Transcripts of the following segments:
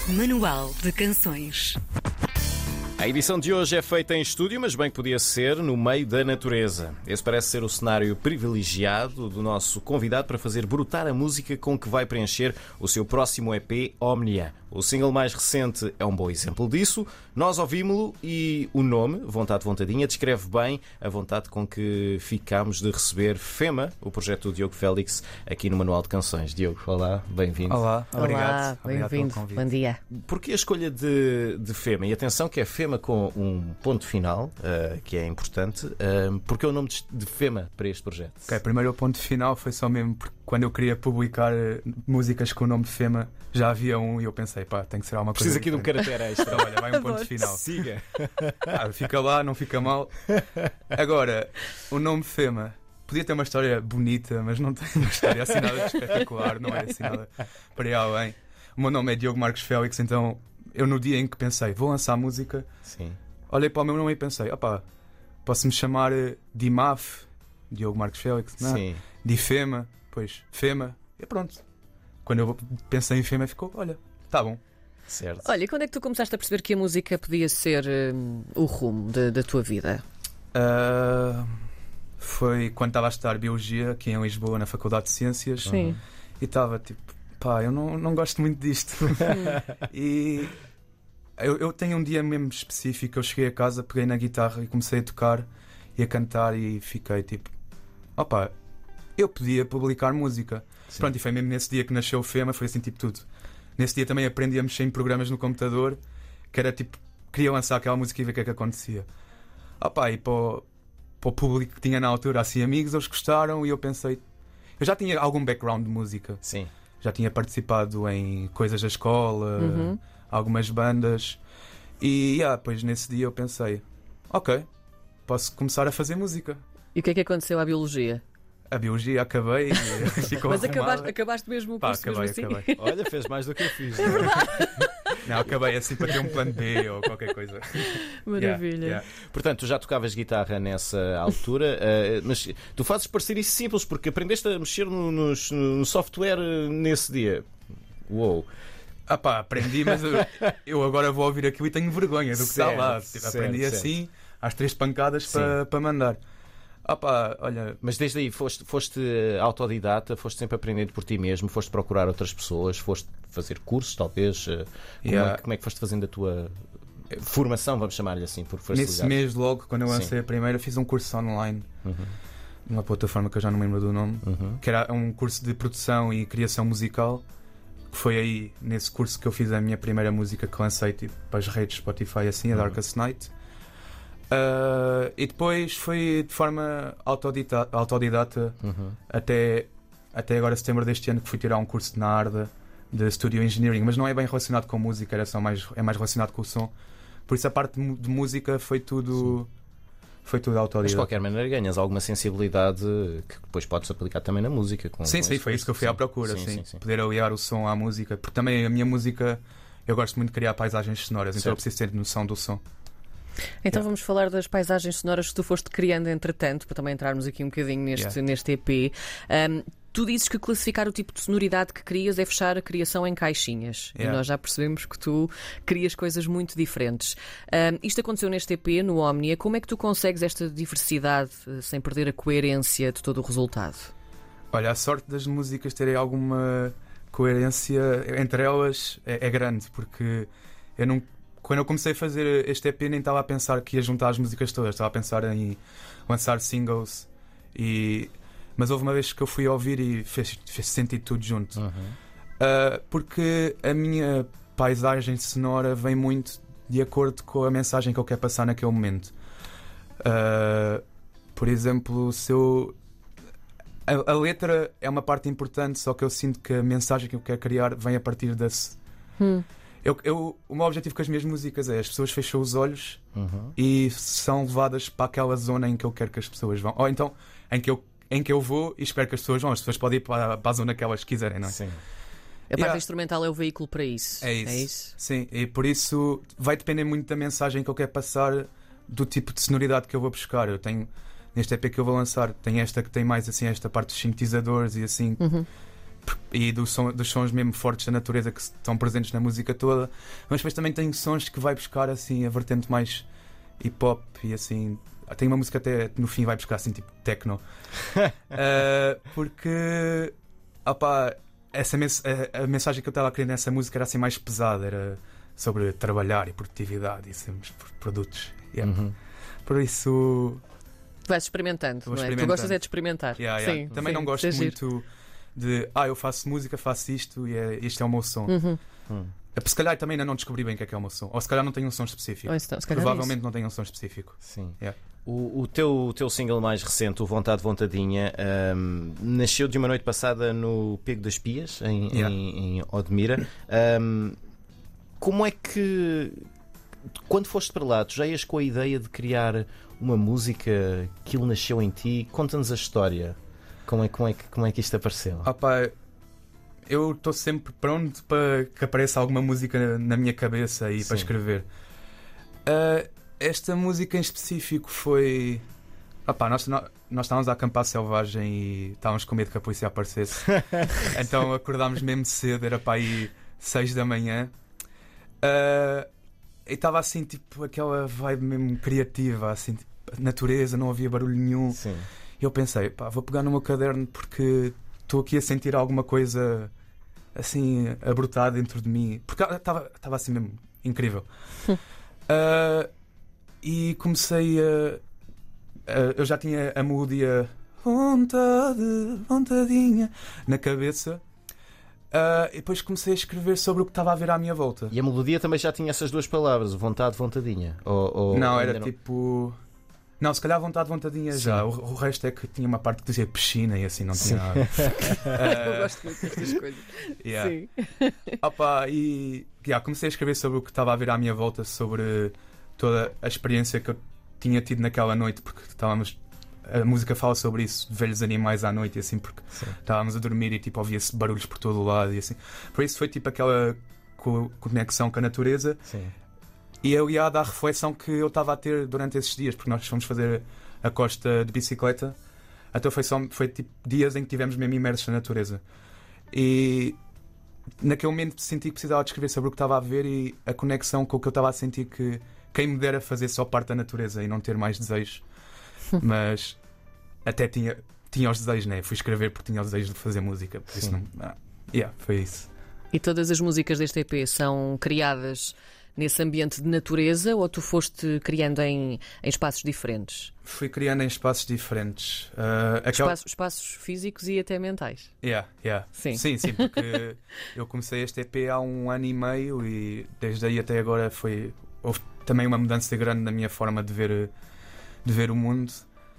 Manual de Canções. A edição de hoje é feita em estúdio, mas bem que podia ser no meio da natureza. Esse parece ser o cenário privilegiado do nosso convidado para fazer brotar a música com que vai preencher o seu próximo EP, Omnia. O single mais recente é um bom exemplo disso. Nós ouvimos-lo e o nome, Vontade Vontadinha, descreve bem a vontade com que ficámos de receber FEMA, o projeto do Diogo Félix, aqui no Manual de Canções. Diogo, olá, bem-vindo. Olá, Olá, obrigado. bem-vindo. Bom dia. Porquê a escolha de FEMA? E atenção que é FEMA com um ponto final, que é importante. Porque é o nome de FEMA para este projeto? Ok, primeiro o ponto final foi só mesmo porque quando eu queria publicar músicas com o nome FEMA, já havia um e eu pensei, pá, tem que ser alguma coisa. Preciso aqui de um caractere extra. Então, olha, vai um ponto final. Siga. Fica lá, não fica mal. Agora, o nome FEMA podia ter uma história bonita, mas não tem uma história assim nada de espetacular, não é assim nada para ir além. O meu nome é Diogo Marcos Félix, então eu no dia em que pensei, vou lançar música, Sim. olhei para o meu nome e pensei, opá, posso-me chamar Dimaf, Diogo Marcos Félix, não? Sim. Difema, pois FEMA, e pronto. Quando eu pensei em FEMA ficou, olha, tá bom. Certo. Olha, e quando é que tu começaste a perceber que a música podia ser o rumo da tua vida? Foi quando estava a estudar Biologia aqui em Lisboa, na Faculdade de Ciências. Sim. E estava tipo, pá, eu não gosto muito disto. E eu tenho um dia mesmo específico. Eu cheguei a casa, peguei na guitarra e comecei a tocar e a cantar. E fiquei tipo, opá, eu podia publicar música. Sim. Pronto, e foi mesmo nesse dia que nasceu o FEMA. Foi assim tipo tudo. Nesse dia também aprendi a mexer em programas no computador, que era tipo, queria lançar aquela música e ver o que é que acontecia. Opá, e para o público que tinha na altura, assim, amigos, eles gostaram. E eu pensei, eu já tinha algum background de música. Sim. Já tinha participado em coisas da escola, algumas bandas. E depois nesse dia eu pensei, ok, posso começar a fazer música. E o que é que aconteceu à Biologia? A Biologia acabei e ficou Mas arrumada. acabaste mesmo o curso, Acabei, mesmo assim? acabei. Olha, fez mais do que eu fiz. Não, acabei assim para ter um plano B ou qualquer coisa. Maravilha. Yeah. Portanto, tu já tocavas guitarra nessa altura, mas tu fazes parecer isso simples, porque aprendeste a mexer no software nesse dia. Uou! Aprendi, mas eu agora vou ouvir aquilo e tenho vergonha do que está lá. Certo, Aprendi certo. assim, às 3 pancadas para mandar. Olha, Mas desde aí foste autodidata, foste sempre aprendendo por ti mesmo, foste procurar outras pessoas, foste fazer cursos, talvez. Como é que foste fazendo a tua formação, vamos chamar-lhe assim, por facilidade? nesse mês logo, quando eu lancei a primeira, fiz um curso online. Numa plataforma que eu já não me lembro do nome, que era um curso de produção e criação musical. Foi aí, nesse curso, que eu fiz a minha primeira música que lancei tipo, para as redes Spotify, assim, a Darkest Night. E depois foi de forma autodidata até agora, setembro deste ano, que fui tirar um curso na Arda de Studio Engineering, mas não é bem relacionado com música, é mais relacionado com o som. Por isso a parte de música foi tudo autodidata. Mas de qualquer maneira ganhas alguma sensibilidade que depois podes aplicar também na música. Sim, foi isso que eu fui à procura. Sim. Poder aliar o som à música, porque também a minha música, eu gosto muito de criar paisagens sonoras, então eu preciso ter noção do som. Então vamos falar das paisagens sonoras que tu foste criando entretanto, para também entrarmos aqui um bocadinho neste EP. Tu dizes que classificar o tipo de sonoridade que crias é fechar a criação em caixinhas. E nós já percebemos que tu crias coisas muito diferentes. Isto aconteceu neste EP, no Omnia. Como é que tu consegues esta diversidade sem perder a coerência de todo o resultado? Olha, a sorte das músicas terem alguma coerência entre elas é grande, porque quando eu comecei a fazer este EP nem estava a pensar que ia juntar as músicas todas, estava a pensar em lançar singles, mas houve uma vez que eu fui ouvir e fez sentido tudo junto. Porque a minha paisagem sonora vem muito de acordo com a mensagem que eu quero passar naquele momento. Por exemplo, a letra é uma parte importante, só que eu sinto que a mensagem que eu quero criar vem a partir desse. O meu objetivo com as minhas músicas é as pessoas fecham os olhos e são levadas para aquela zona em que eu quero que as pessoas vão. Ou então em que eu vou e espero que as pessoas vão. As pessoas podem ir para a zona que elas quiserem, não é? Sim. A parte instrumental é o veículo para isso. É isso. Sim, e por isso vai depender muito da mensagem que eu quero passar, do tipo de sonoridade que eu vou buscar. Eu tenho, neste EP que eu vou lançar, tem esta que tem mais assim, esta parte dos sintetizadores e assim. e dos sons mesmo fortes da natureza que estão presentes na música toda, mas depois também tem sons que vai buscar assim a vertente mais hip hop e assim. Tem uma música até no fim vai buscar assim tipo techno. Porque a mensagem que eu estava a querer nessa música era assim mais pesada, era sobre trabalhar e produtividade e sempre produtos. Por isso vais experimentando, não é? Tu gostas é de experimentar. Sim, também não gosto muito de eu faço música, faço isto e este é o meu som. Se calhar também ainda não descobri bem o que é o meu som. Ou se calhar não tenho um som específico. Provavelmente não tenho um som específico. Sim. O teu single mais recente, o Vontade Vontadinha, nasceu de uma noite passada no Pego das Pias, em Odmira. Como é que, quando foste para lá, tu já ias com a ideia de criar uma música, aquilo nasceu em ti? Conta-nos a história. Como é que isto apareceu? Eu estou sempre pronto para que apareça alguma música na minha cabeça e para escrever. Esta música em específico foi. Nós estávamos a acampar selvagem e estávamos com medo que a polícia aparecesse. Então acordámos mesmo cedo, era para aí 6 da manhã. E estava assim, tipo, aquela vibe mesmo criativa, assim, tipo, natureza, não havia barulho nenhum. Sim. E eu pensei, vou pegar no meu caderno porque estou aqui a sentir alguma coisa assim a brotar dentro de mim. Porque estava assim mesmo incrível. E comecei eu já tinha a melodia vontadinha na cabeça. E depois comecei a escrever sobre o que estava a ver à minha volta. E a melodia também já tinha essas duas palavras, vontade, vontadinha? Não, era tipo. Não, se calhar vontade, vontadinha. Sim. Já. O resto é que tinha uma parte que dizia piscina e assim, não tinha nada. Eu gosto muito destas coisas. Sim. E comecei a escrever sobre o que estava a ver à minha volta, sobre toda a experiência que eu tinha tido naquela noite, porque a música fala sobre isso, velhos animais à noite e assim, porque estávamos a dormir e tipo ouvia-se barulhos por todo o lado e assim. Por isso foi tipo aquela conexão com a natureza. Sim. E aliado à reflexão que eu estava a ter durante esses dias, porque nós fomos fazer a costa de bicicleta, então foi tipo dias em que estivemos mesmo imersos na natureza. E naquele momento senti que precisava de escrever sobre o que estava a ver e a conexão com o que eu estava a sentir, que quem me dera fazer só parte da natureza e não ter mais desejos. Mas até tinha os desejos, né? Fui escrever porque tinha os desejos de fazer música. Por isso não. Foi isso. E todas as músicas deste EP são criadas nesse ambiente de natureza ou tu foste criando em espaços diferentes? Fui criando em espaços diferentes. Espaços físicos e até mentais. Sim, porque eu comecei este EP há 1 ano e meio e desde aí até agora houve também uma mudança grande na minha forma de ver o mundo.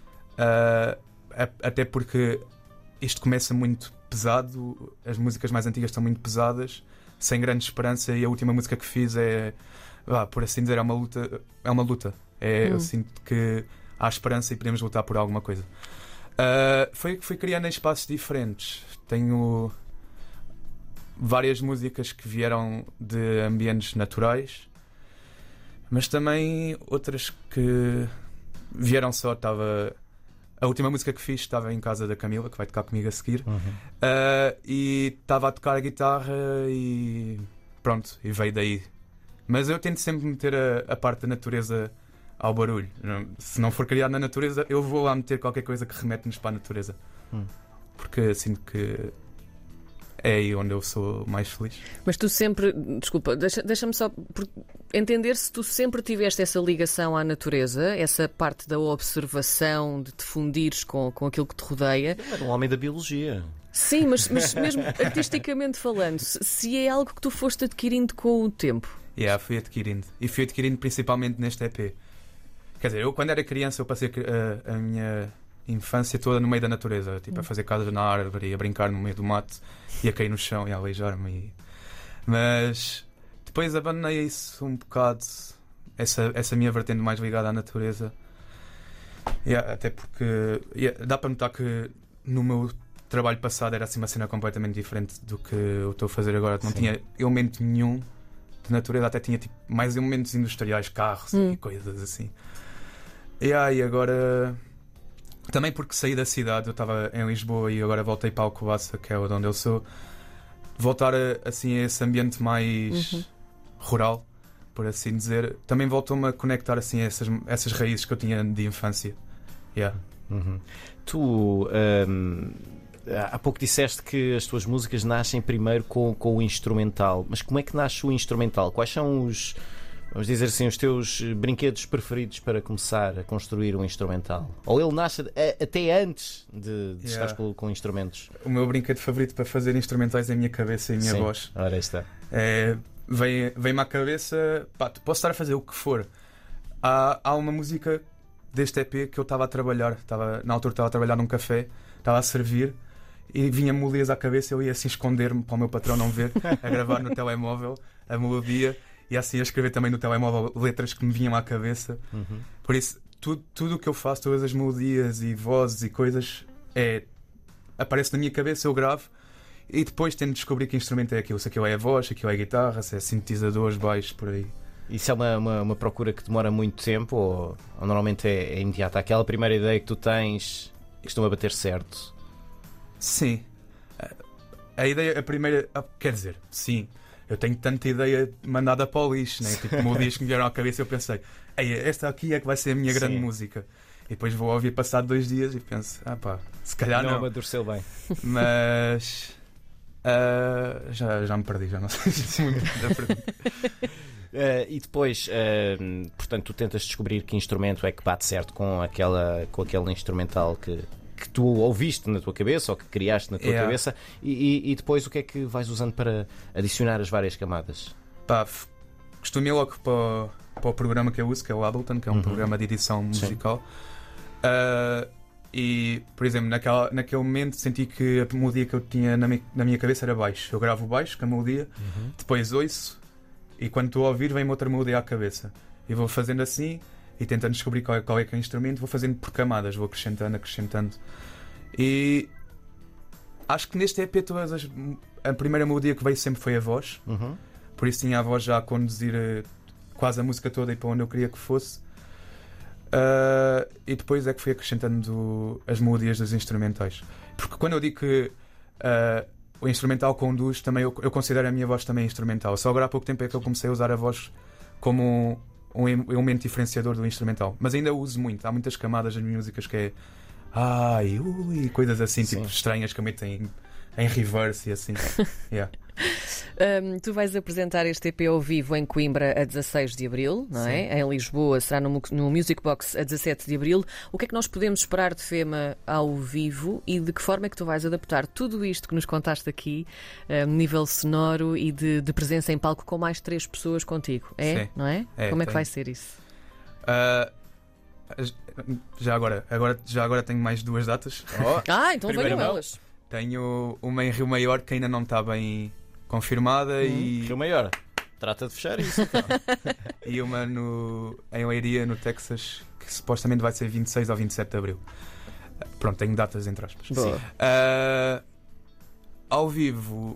Até porque isto começa muito pesado, as músicas mais antigas estão muito pesadas, sem grande esperança, e a última música que fiz por assim dizer, é uma luta. Eu sinto que há esperança e podemos lutar por alguma coisa. Fui criando em espaços diferentes. Tenho várias músicas que vieram de ambientes naturais, mas também outras que vieram só. A última música que fiz estava em casa da Camila, que vai tocar comigo a seguir, e estava a tocar a guitarra e pronto, e veio daí. Mas eu tento sempre meter a parte da natureza ao barulho. Se não for criado na natureza, eu vou lá meter qualquer coisa que remete-nos para a natureza, porque sinto que é aí onde eu sou mais feliz. Mas tu sempre, desculpa, deixa-me só entender se tu sempre tiveste essa ligação à natureza, essa parte da observação, de te fundires com aquilo que te rodeia. Era um homem da biologia. Sim, mas mesmo artisticamente falando, se é algo que tu foste adquirindo com o tempo. Fui adquirindo. E fui adquirindo principalmente neste EP. Quer dizer, eu quando era criança eu passei a minha infância toda no meio da natureza, tipo a fazer casas na árvore, a brincar no meio do mato e a cair no chão e a aleijar-me. Mas depois abandonei isso um bocado, essa minha vertente mais ligada à natureza. Até porque dá para notar que no meu trabalho passado era assim uma cena completamente diferente do que eu estou a fazer agora. Não tinha elemento nenhum de natureza, até tinha tipo, mais elementos industriais, carros e coisas assim. E agora Também porque saí da cidade, eu estava em Lisboa e agora voltei para Alcobaça, que é onde eu sou. Voltar assim a esse ambiente mais rural, por assim dizer, também voltou-me a conectar assim a essas raízes que eu tinha de infância. Yeah. Tu há pouco disseste que as tuas músicas nascem primeiro com o instrumental, mas como é que nasce o instrumental? Quais são os, vamos dizer assim, os teus brinquedos preferidos para começar a construir um instrumental? Ou ele nasce até antes de estar com instrumentos? O meu brinquedo favorito para fazer instrumentais é a minha cabeça e a minha voz. Ora, aí está. Vem-me à cabeça, posso estar a fazer o que for. Há uma música deste EP que eu estava a trabalhar, na altura estava a trabalhar num café, estava a servir e vinha melodias à cabeça, eu ia assim esconder-me para o meu patrão não ver, a gravar no telemóvel a melodia e assim a escrever também no telemóvel letras que me vinham à cabeça. Por isso, tudo o que eu faço, todas as melodias e vozes e coisas, aparece na minha cabeça, eu gravo e depois tento descobrir que instrumento é aquilo. Se aquilo é a voz, se aquilo é a guitarra, se é sintetizadores, baixos, por aí. Isso é uma procura que demora muito tempo ou normalmente é imediata? Aquela primeira ideia que tu tens costuma bater certo? Sim. A primeira. Quer dizer, sim. Eu tenho tanta ideia mandada para o lixo, né? Tipo, melodias que me vieram à cabeça eu pensei, esta aqui é que vai ser a minha grande música. E depois vou ouvir passado 2 dias e penso, se calhar não. Não amadureceu bem. Mas. Já me perdi, já não sei se muito da pergunta. E depois, portanto, tu tentas descobrir que instrumento é que bate certo com aquele instrumental que tu ouviste na tua cabeça ou que criaste na tua cabeça e depois o que é que vais usando para adicionar as várias camadas? Costumo ir logo para o programa que eu uso, que é o Ableton, que é um programa de edição musical. E, por exemplo, naquele momento senti que a melodia que eu tinha na minha cabeça era baixo. Eu gravo baixo com a melodia, depois ouço e quando estou a ouvir vem-me outra melodia à cabeça. E vou fazendo assim e tentando descobrir qual é que é o instrumento, vou fazendo por camadas, vou acrescentando. E acho que neste EP a primeira melodia que veio sempre foi a voz. Por isso tinha a voz já a conduzir quase a música toda e para onde eu queria que fosse. E depois é que fui acrescentando as melodias dos instrumentais. Porque quando eu digo que o instrumental conduz, também eu considero a minha voz também instrumental. Só agora há pouco tempo é que eu comecei a usar a voz como um elemento diferenciador do instrumental. Mas ainda uso muito. Há muitas camadas nas músicas que é coisas assim, tipo estranhas que eu meto em reverse e assim. Tu vais apresentar este EP ao vivo em Coimbra a 16 de Abril, não é? Em Lisboa será no Music Box a 17 de Abril. O que é que nós podemos esperar de Fema ao vivo e de que forma é que tu vais adaptar tudo isto que nos contaste aqui, nível sonoro e de presença em palco com mais 3 pessoas contigo? Sim. Não é? Como é que vai ser isso? Já agora tenho mais 2 datas. Então venham elas. Tenho uma em Rio Maior que ainda não está bem confirmada e... Rio Maior, trata de fechar isso então. E uma em Leiria, no Texas, que supostamente vai ser 26 ou 27 de Abril. Pronto, tenho datas entre aspas. Ao vivo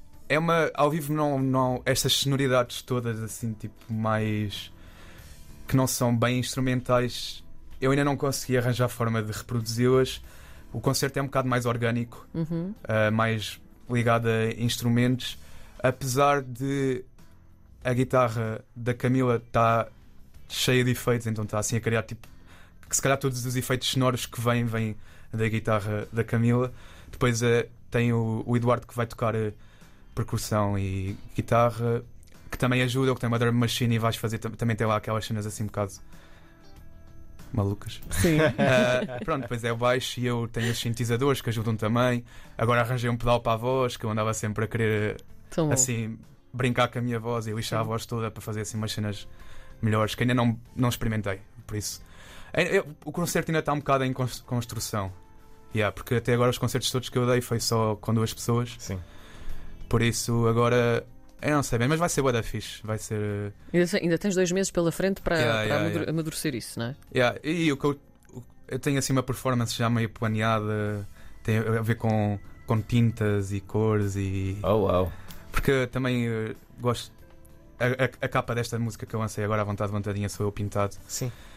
não estas sonoridades todas assim, tipo, mais que não são bem instrumentais, eu ainda não consegui arranjar forma de reproduzi-las. O concerto é um bocado mais orgânico, mais ligado a instrumentos, apesar de a guitarra da Camila estar cheia de efeitos, então está assim a criar tipo que se calhar todos os efeitos sonoros que vêm da guitarra da Camila. Depois tem o Eduardo que vai tocar percussão e guitarra, que também ajuda, que tem uma drum machine e vais fazer também tem lá aquelas cenas assim um bocado malucas. Sim. Pronto, depois é o baixo e eu tenho os sintetizadores que ajudam também. Agora arranjei um pedal para a voz, que eu andava sempre a querer assim brincar com a minha voz e lixar a voz toda para fazer assim umas cenas melhores que ainda não experimentei. Por isso o concerto ainda está um bocado em construção. Porque até agora os concertos todos que eu dei foi só com 2 pessoas. Sim. Por isso agora eu não sei bem, mas vai ser bué da fixe. Vai ser... Ainda tens 2 meses pela frente para amadurecer isso, não é? E o que eu tenho assim uma performance já meio planeada, tem a ver com tintas e cores e... Porque também gosto... A capa desta música que eu lancei agora à vontadinha sou eu pintado. Sim.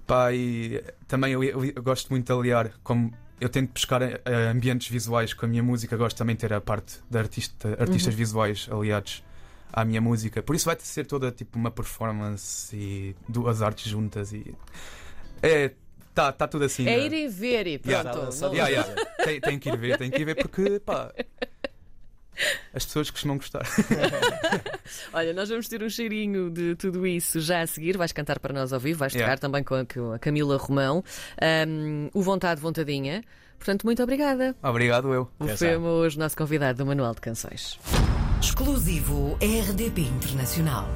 Pá, e também eu gosto muito de aliar, como eu tento pescar ambientes visuais com a minha música, gosto também de ter a parte de artistas visuais aliados à minha música. Por isso vai ser toda tipo uma performance e duas artes juntas e tá tudo assim. É ir e ver e pronto. Tem que ir ver porque pá, as pessoas costumam gostar. Olha, nós vamos ter um cheirinho de tudo isso já a seguir. Vais cantar para nós ao vivo, vais tocar também com a Camila Romão. O Vontade, Vontadinha. Portanto, muito obrigada. Obrigado, eu. O Femo, hoje nosso convidado do Manual de Canções. Exclusivo RDP Internacional.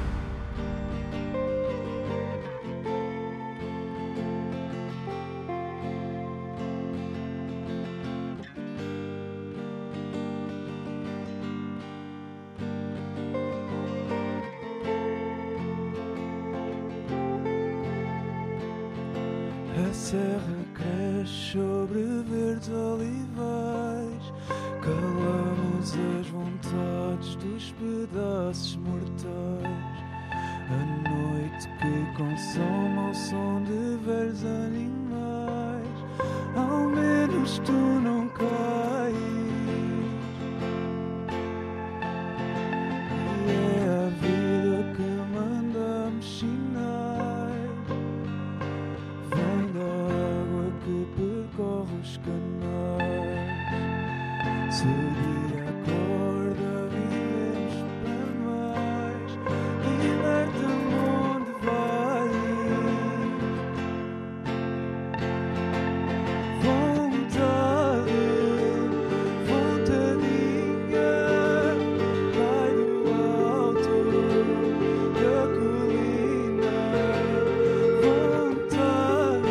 A serra cresce sobre verdes olivais, calamos as vontades dos pedaços mortais. A noite que consome ao som de velhos animais, ao menos tu não cais. E é a vida que manda-me sinais, vem da água que percorre os canais. Se o dia acorda, vivemos para mais, liberta-me onde vais. Vontade, vontadinha, cai do alto da colina. Vontade,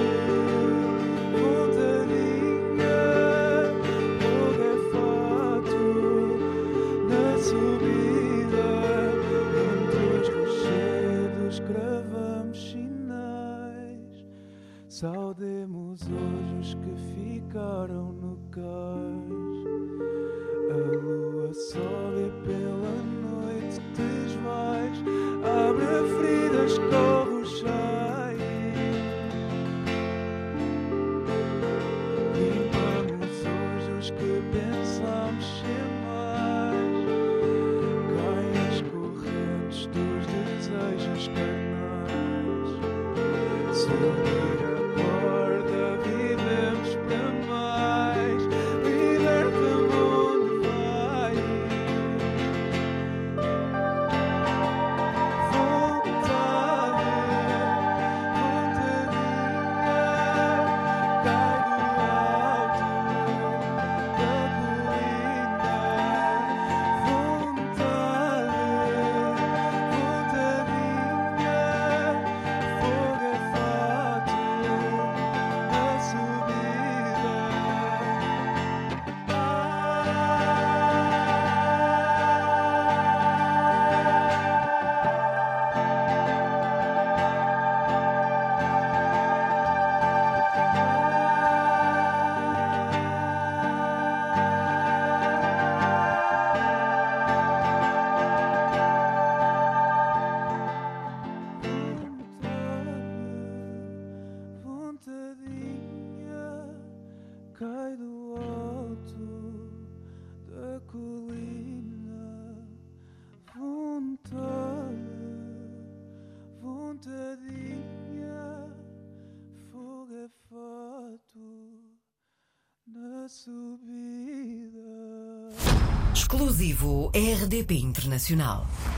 vontadinha, fogo é fato na subida. Entre os rochedos cravamos sinais, saudemos hoje os que ficaram no cais. A lua sobe e pela noite te esvais, abre feridas, corre o sais. Limpamos hoje os que pensamos ser mais, caem as correntes dos desejos carnais. Se o dia acorda, vivemos para mais, liberta-me onde vais. Vontade, vontadinha, cai do alto da colina. Vontade, vontadinha, fogo é fato na subida. Vontadinha, cai do alto da colina. Vontade, vontadinha, fogo é fato na subida. Exclusivo RDP Internacional.